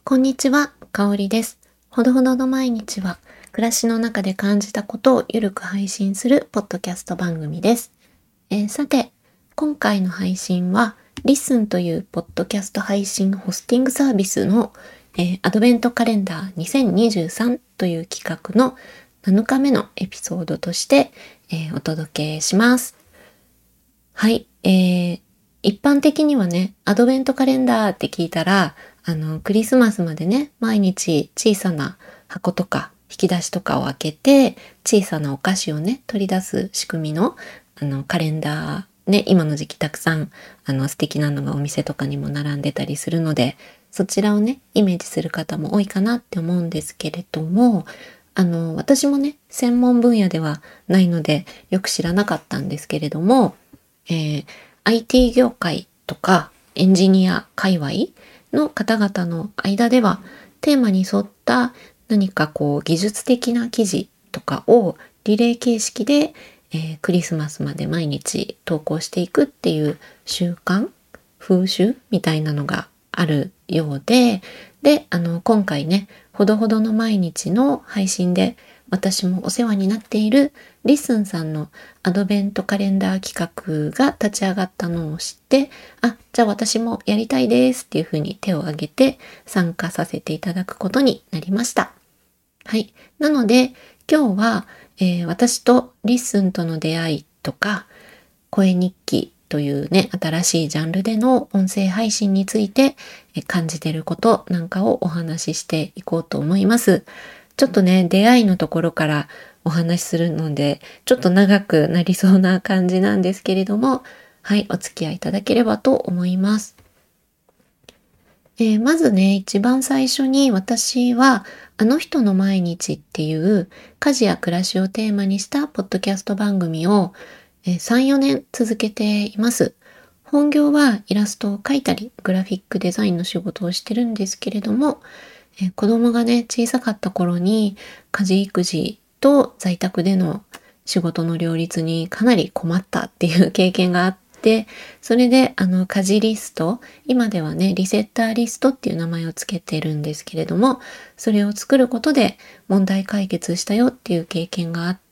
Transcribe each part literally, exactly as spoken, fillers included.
こんにちは、かおりです。ほどほどの毎日は、暮らしの中で感じたことをゆるく配信するポッドキャスト番組です。えーさて、今回の配信は、リッスンというポッドキャスト配信ホスティングサービスの、えーアドベントカレンダーにせんにじゅうさんという企画のなのかめのエピソードとして、えーお届けします。はい、えー、一般的にはね、アドベントカレンダーって聞いたら、あの、クリスマスまでね、毎日小さな箱とか引き出しとかを開けて、小さなお菓子をね、取り出す仕組みの、あの、カレンダー、ね、今の時期たくさん、あの、素敵なのがお店とかにも並んでたりするので、そちらをね、イメージする方も多いかなって思うんですけれども、あの、私もね、専門分野ではないので、よく知らなかったんですけれども、えー アイティー 業界とかエンジニア界隈の方々の間ではテーマに沿った何かこう技術的な記事とかをリレー形式で、えークリスマスまで毎日投稿していくっていう習慣、風習みたいなのがあるようで、で、あの、今回ね、ほどほどの毎日の配信で私もお世話になっているリッスンさんのアドベントカレンダー企画が立ち上がったのを知って、あ、じゃあ私もやりたいですっていうふうに手を挙げて参加させていただくことになりました。はい。なので、今日は、えー私とリッスンとの出会いとか、声日記というね、新しいジャンルでの音声配信についてえ感じていることなんかをお話ししていこうと思います。ちょっとね、出会いのところからお話しするので、ちょっと長くなりそうな感じなんですけれども、はい、お付き合いいただければと思います。えーまずね、一番最初に私は、あの人の毎日っていう家事や暮らしをテーマにしたポッドキャスト番組を、えーさん、よねん続けています。本業はイラストを描いたり、グラフィックデザインの仕事をしてるんですけれども、えー子供がね、小さかった頃に家事育児と在宅での仕事の両立にかなり困ったっていう経験があって、それであの家事リスト、今ではね、リセッターリストっていう名前をつけてるんですけれども、それを作ることで問題解決したよっていう経験があって、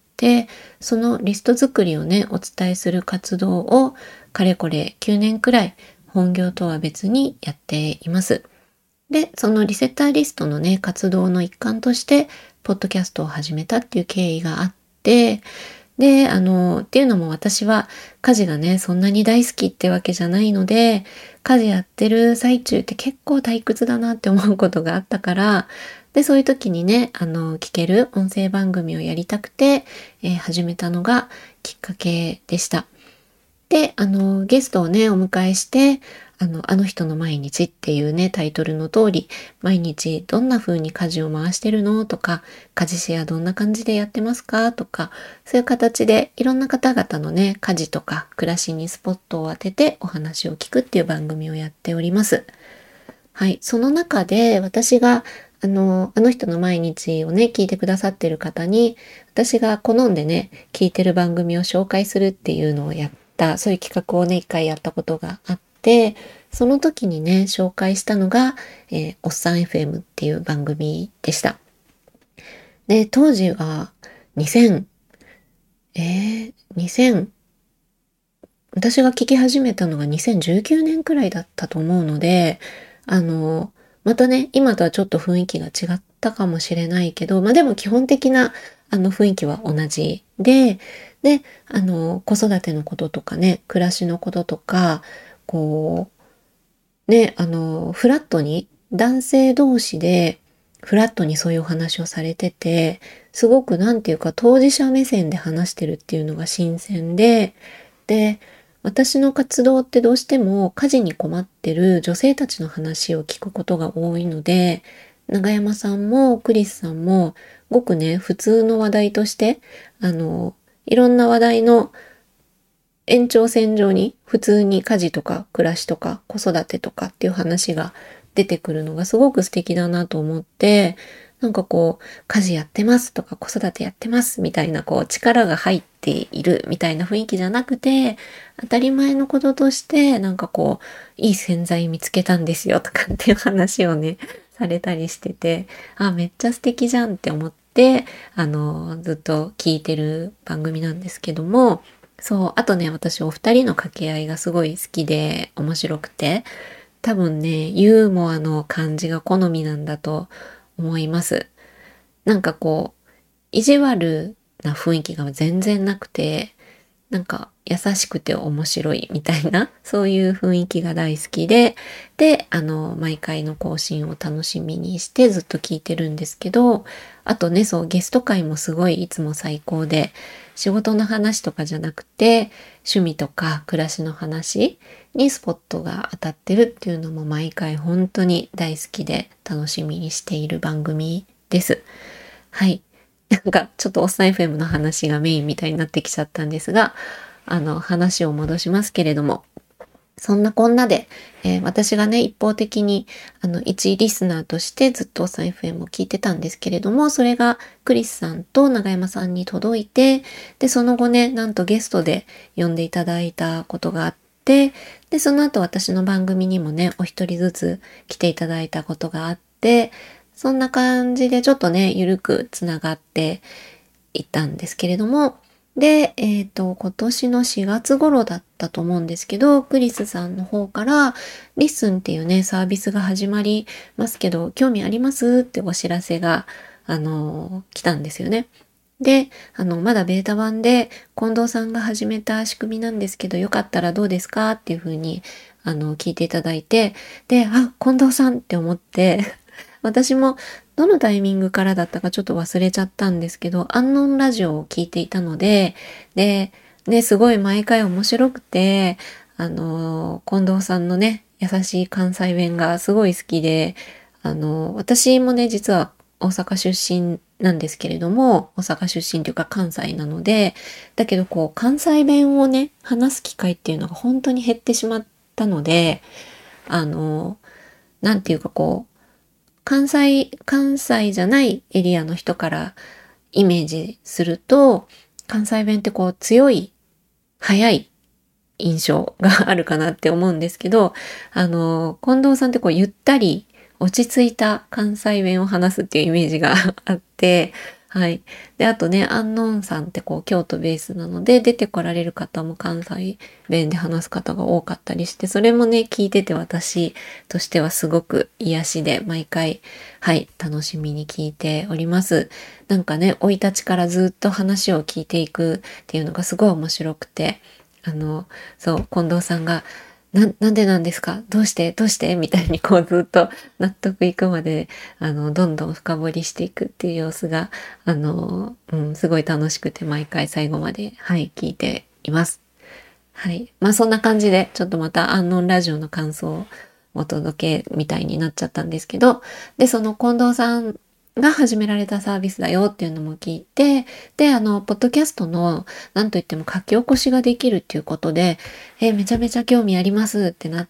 そのリスト作りをね、お伝えする活動をかれこれきゅうねんくらい本業とは別にやっています。で、そのリセッターリストのね、活動の一環として、ポッドキャストを始めたっていう経緯があって、で、あの、っていうのも私は家事がね、そんなに大好きってわけじゃないので、家事やってる最中って結構退屈だなって思うことがあったから、で、そういう時にね、あの、聞ける音声番組をやりたくて、えー始めたのがきっかけでした。で、あの、ゲストをね、お迎えして、あの、あの人の毎日っていうね、タイトルの通り、毎日どんな風に家事を回してるのとか、家事シェアどんな感じでやってますかとか、そういう形でいろんな方々のね、家事とか暮らしにスポットを当ててお話を聞くっていう番組をやっております。はい。その中で私が、あの、あの人の毎日をね、聞いてくださってる方に、私が好んでね、聞いてる番組を紹介するっていうのをやった、そういう企画をね、一回やったことがあって、その時にね、紹介したのが、えーおっさん エフエム っていう番組でした。で、当時はにせん、えー、にせん、私が聞き始めたのがにせんじゅうきゅうねんくらいだったと思うので、あの、またね、今とはちょっと雰囲気が違ったかもしれないけど、まあでも基本的なあの雰囲気は同じで、で、あの、子育てのこととかね、暮らしのこととか、こう、ね、あの、フラットに、男性同士でフラットにそういうお話をされてて、すごくなんていうか当事者目線で話してるっていうのが新鮮で、で、私の活動ってどうしても家事に困ってる女性たちの話を聞くことが多いので、永山さんもクリスさんもごくね、普通の話題として、あの、いろんな話題の延長線上に普通に家事とか暮らしとか子育てとかっていう話が出てくるのがすごく素敵だなと思って、なんかこう、家事やってますとか子育てやってますみたいなこう力が入っているみたいな雰囲気じゃなくて、当たり前のこととしてなんかこう、いい洗剤見つけたんですよとかっていう話をね、 されたりしてて、あ、めっちゃ素敵じゃんって思って、あの、ずっと聞いてる番組なんですけども、そう、あとね、私お二人の掛け合いがすごい好きで面白くて、多分ね、ユーモアの感じが好みなんだと思います。なんかこう、意地悪な雰囲気が全然なくて、なんか優しくて面白いみたいな、そういう雰囲気が大好きで、で、あの、毎回の更新を楽しみにしてずっと聞いてるんですけど、あとね、そう、ゲスト会もすごいいつも最高で、仕事の話とかじゃなくて、趣味とか暮らしの話にスポットが当たってるっていうのも毎回本当に大好きで楽しみにしている番組です。はい。なんかちょっとおっさん エフエム の話がメインみたいになってきちゃったんですが、あの話を戻しますけれども、そんなこんなで、えー私がね、一方的にあの一リスナーとしてずっとおっさん エフエム を聞いてたんですけれども、それがクリスさんと永山さんに届いて、で、その後ね、なんとゲストで呼んでいただいたことがあって、で、その後私の番組にもね、お一人ずつ来ていただいたことがあって、そんな感じでちょっとね、ゆるくつながっていったんですけれども、で、えっと、今年のしがつ頃だったと思うんですけど、クリスさんの方から、リッスンっていうね、サービスが始まりますけど、興味ありますってお知らせが、あの、来たんですよね。で、あの、まだベータ版で近藤さんが始めた仕組みなんですけど、よかったらどうですかっていうふうに、あの、聞いていただいて、で、あ、近藤さんって思って、私もどのタイミングからだったかちょっと忘れちゃったんですけど、アンノンラジオを聞いていたので、で、ね、すごい毎回面白くて、あの、近藤さんのね、優しい関西弁がすごい好きで、あの、私もね、実は大阪出身なんですけれども、大阪出身というか関西なので、だけどこう、関西弁をね、話す機会っていうのが本当に減ってしまったので、あの、なんていうかこう、関西、関西じゃないエリアの人からイメージすると、関西弁ってこう強い、速い印象があるかなって思うんですけど、あの、近藤さんってこうゆったり落ち着いた関西弁を話すっていうイメージがあって、はい。で、あとね、アンノンさんってこう京都ベースなので、出てこられる方も関西弁で話す方が多かったりして、それもね、聞いてて私としてはすごく癒しで、毎回、はい、楽しみに聞いております。なんかね、生い立ちからずっと話を聞いていくっていうのがすごい面白くて、あの、そう、近藤さんが、な、なんでなんですかどうしてどうしてみたいにこうずっと納得いくまで、あの、どんどん深掘りしていくっていう様子が、あの、うん、すごい楽しくて毎回最後まで、はい、聞いています。はい。まあそんな感じで、ちょっとまたアンノンラジオの感想をお届けみたいになっちゃったんですけど、で、その近藤さんが始められたサービスだよっていうのも聞いて、で、あの、ポッドキャストの、なんといっても書き起こしができるっていうことで、えめちゃめちゃ興味ありますってなって、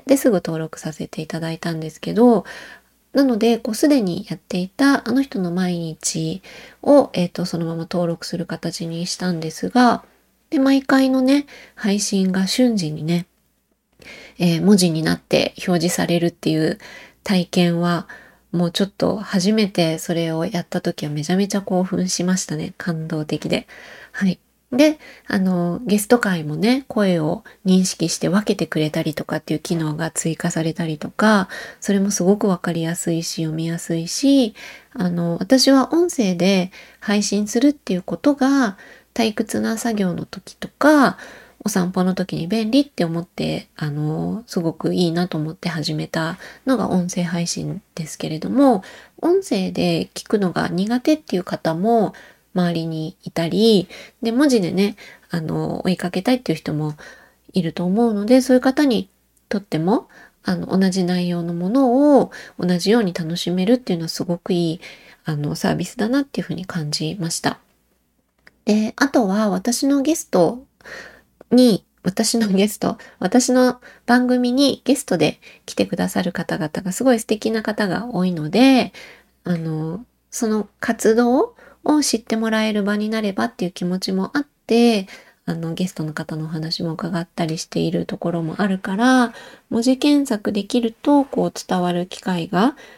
で、すぐ登録させていただいたんですけど、なので、こう、すでにやっていたあの人の毎日を、えっと、そのまま登録する形にしたんですが、で、毎回のね、配信が瞬時にね、えー文字になって表示されるっていう体験は、もうちょっと初めてそれをやった時はめちゃめちゃ興奮しましたね。感動的で。はい。で、あの、ゲスト会もね、声を認識して分けてくれたりとかっていう機能が追加されたりとか、それもすごくわかりやすいし、読みやすいし、あの、私は音声で配信するっていうことが退屈な作業の時とか、お散歩の時に便利って思って、あの、すごくいいなと思って始めたのが音声配信ですけれども、音声で聞くのが苦手っていう方も周りにいたり、で、文字でね、あの、追いかけたいっていう人もいると思うので、そういう方にとっても、あの、同じ内容のものを同じように楽しめるっていうのはすごくいい、あの、サービスだなっていうふうに感じました。で、あとは私のゲストに、私のゲスト、私の番組にゲストで来てくださる方々がすごい素敵な方が多いので、あの、その活動を知ってもらえる場になればっていう気持ちもあって、あの、ゲストの方のお話も伺ったりしているところもあるから、文字検索できると、こう伝わる機会が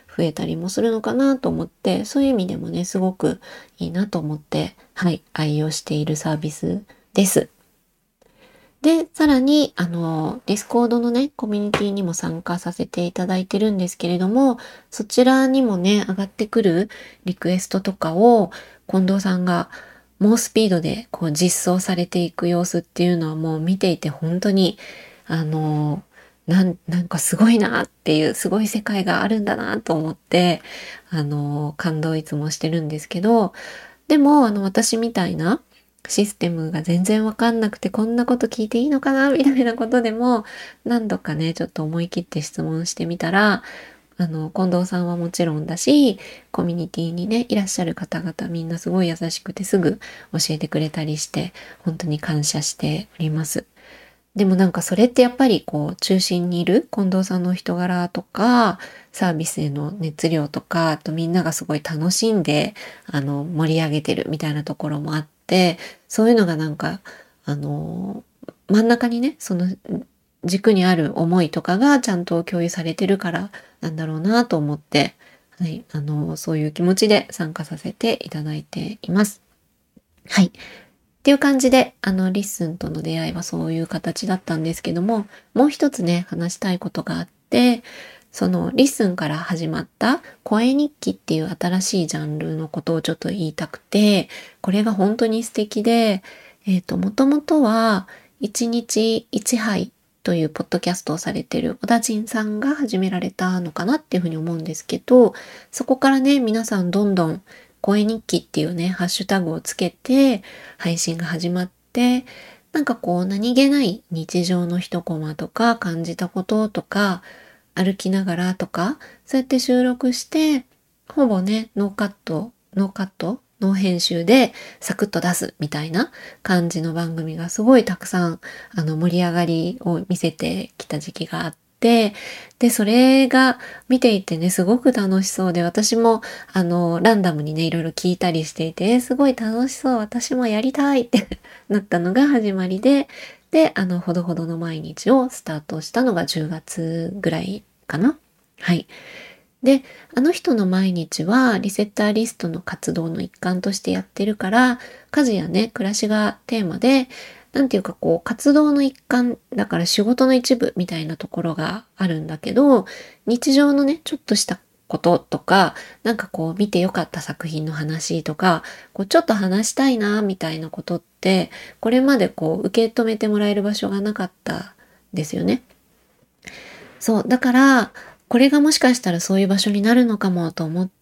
増えたりもするのかなと思って、そういう意味でもね、すごくいいなと思って、はい、愛用しているサービスです。で、さらに、あの、ディスコードのね、コミュニティにも参加させていただいてるんですけれども、そちらにもね、上がってくるリクエストとかを、近藤さんが猛スピードでこう実装されていく様子っていうのはもう見ていて本当に、あの、なん、なんかすごいなっていう、すごい世界があるんだなと思って、あの、感動いつもしてるんですけど、でも、あの、私みたいな、システムが全然わかんなくてこんなこと聞いていいのかなみたいなことでも何度かねちょっと思い切って質問してみたら、あの近藤さんはもちろんだし、コミュニティにねいらっしゃる方々みんなすごい優しくてすぐ教えてくれたりして本当に感謝しております。でもなんかそれってやっぱりこう中心にいる近藤さんの人柄とかサービスへの熱量とか、あとみんながすごい楽しんであの盛り上げてるみたいなところもあって、そういうのがなんかあの真ん中にねその軸にある思いとかがちゃんと共有されてるからなんだろうなと思って、はい、あのそういう気持ちで参加させていただいています。はい。っていう感じで、あの、リッスンとの出会いはそういう形だったんですけども、もう一つね、話したいことがあって、そのリッスンから始まった声日記っていう新しいジャンルのことをちょっと言いたくて、これが本当に素敵で、えっと、もともとはいちにちいち杯というポッドキャストをされてる小田陣さんが始められたのかなっていうふうに思うんですけど、そこからね、皆さんどんどん声日記っていうね、ハッシュタグをつけて配信が始まって、なんかこう何気ない日常の一コマとか感じたこととか歩きながらとかそうやって収録してほぼねノーカットノーカットノー編集でサクッと出すみたいな感じの番組がすごいたくさんあの盛り上がりを見せてきた時期があって、でそれが見ていてねすごく楽しそうで、私もあのランダムにねいろいろ聞いたりしていて、えーすごい楽しそう、私もやりたいってなったのが始まりで、であのほどほどの毎日をスタートしたのがじゅうがつぐらいかな。はい。で、あの人の毎日はリセッターリストの活動の一環としてやってるから、家事やね、暮らしがテーマで、なんていうかこう、活動の一環、だから仕事の一部みたいなところがあるんだけど、日常のね、ちょっとしたこととか、なんかこう、見てよかった作品の話とか、こう、ちょっと話したいな、みたいなことって、これまでこう、受け止めてもらえる場所がなかったんですよね。そう、だから、これがもしかしたらそういう場所になるのかもと思って、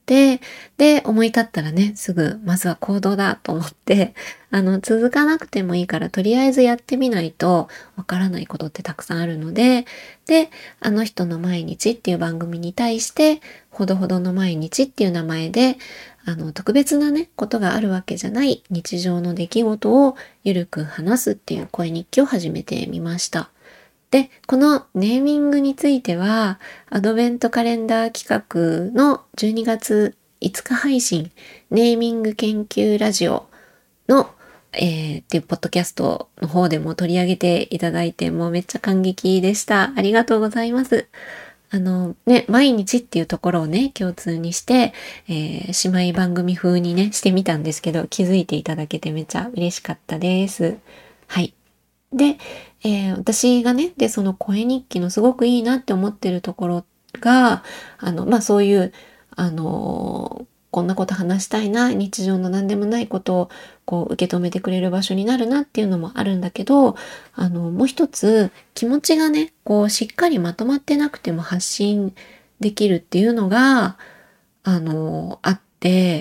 で、思い立ったらね、すぐ、まずは行動だと思って、あの、続かなくてもいいから、とりあえずやってみないと、わからないことってたくさんあるので、で、あの人の毎日っていう番組に対して、ほどほどの毎日っていう名前で、あの、特別なね、ことがあるわけじゃない日常の出来事をゆるく話すっていう声日記を始めてみました。で、このネーミングについては、アドベントカレンダー企画のじゅうにがついつか配信、ネーミング研究ラジオの、えー、っていうポッドキャストの方でも取り上げていただいて、もうめっちゃ感激でした。ありがとうございます。あのね、毎日っていうところをね、共通にして、えー姉妹番組風にね、してみたんですけど、気づいていただけてめっちゃ嬉しかったです。はい。で、えー私がね、で、その声日記のすごくいいなって思ってるところが、あの、まあ、そういう、あのーこんなこと話したいな、日常の何でもないことをこう受け止めてくれる場所になるなっていうのもあるんだけど、あの、もう一つ気持ちがね、こうしっかりまとまってなくても発信できるっていうのが、あのあって、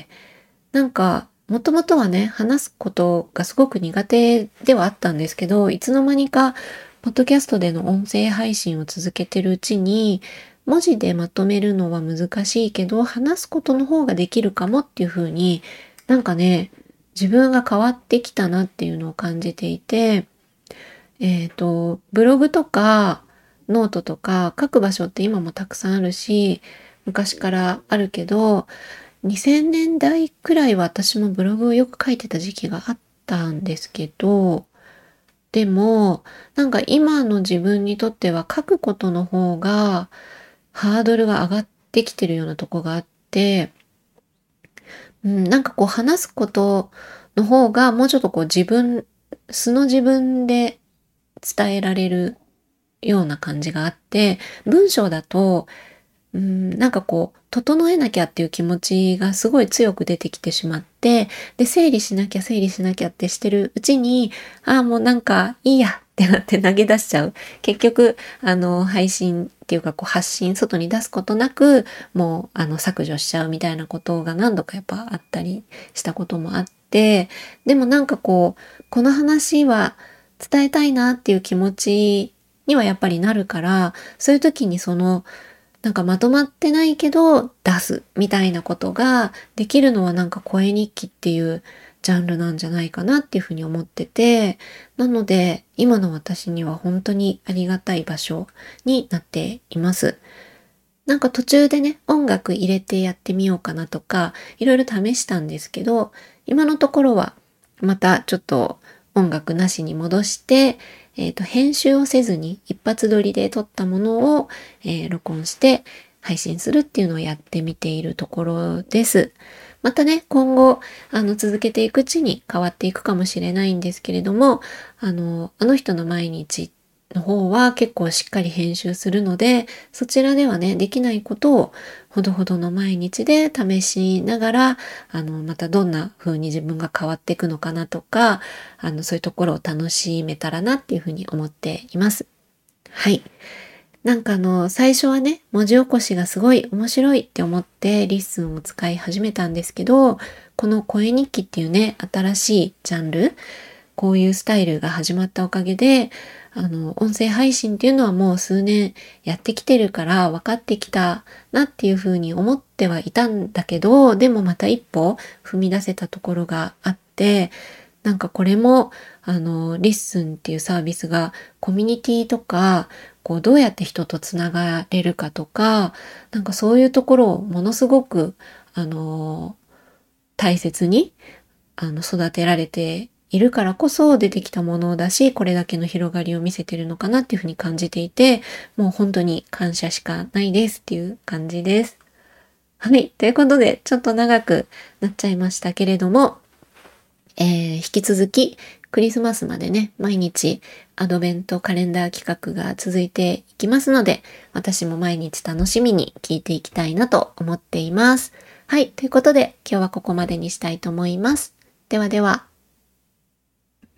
なんか、もともとはね、話すことがすごく苦手ではあったんですけど、いつの間にか、ポッドキャストでの音声配信を続けてるうちに、文字でまとめるのは難しいけど、話すことの方ができるかもっていう風に、なんかね、自分が変わってきたなっていうのを感じていて、えっと、ブログとか、ノートとか書く場所って今もたくさんあるし、昔からあるけど、にせんねんだいくらいは私もブログをよく書いてた時期があったんですけど、でも、なんか今の自分にとっては書くことの方がハードルが上がっできてるようなとこがあって、うん、なんかこう話すことの方がもうちょっとこう自分、素の自分で伝えられるような感じがあって、文章だと、うん、なんかこう、整えなきゃっていう気持ちがすごい強く出てきてしまって、で、整理しなきゃ整理しなきゃってしてるうちに、ああ、もうなんかいいやってなって投げ出しちゃう。結局、あの、配信っていうかこう発信、外に出すことなく、もうあの削除しちゃうみたいなことが何度かやっぱあったりしたこともあって、でもなんかこう、この話は伝えたいなっていう気持ちにはやっぱりなるから、そういう時にその、なんかまとまってないけど出すみたいなことができるのはなんか声日記っていうジャンルなんじゃないかなっていうふうに思ってて、なので今の私には本当にありがたい場所になっています。なんか途中でね、音楽入れてやってみようかなとか、いろいろ試したんですけど、今のところはまたちょっと音楽なしに戻して、えっと、編集をせずに一発撮りで撮ったものを、えー録音して配信するっていうのをやってみているところです。またね、今後、あの、続けていくうちに変わっていくかもしれないんですけれども、あの、あの人の毎日の方は結構しっかり編集するので、そちらではね、できないことをほどほどの毎日で試しながら、あの、またどんな風に自分が変わっていくのかなとか、あの、そういうところを楽しめたらなっていうふうに思っています。はい。なんかあの、最初はね、文字起こしがすごい面白いって思ってリッスンを使い始めたんですけど、この声日記っていうね、新しいジャンル、こういうスタイルが始まったおかげで、あの、音声配信っていうのはもう数年やってきてるから分かってきたなっていうふうに思ってはいたんだけど、でもまた一歩踏み出せたところがあって、なんかこれも、あの、リッスンっていうサービスがコミュニティとか、こうどうやって人とつながれるかとか、なんかそういうところをものすごく、あの、大切に、あの、育てられているからこそ出てきたものだし、これだけの広がりを見せてるのかなっていうふうに感じていて、もう本当に感謝しかないですっていう感じです。はい。ということで、ちょっと長くなっちゃいましたけれども、えー引き続きクリスマスまでね、毎日アドベントカレンダー企画が続いていきますので、私も毎日楽しみに聞いていきたいなと思っています。はい。ということで、今日はここまでにしたいと思います。ではでは。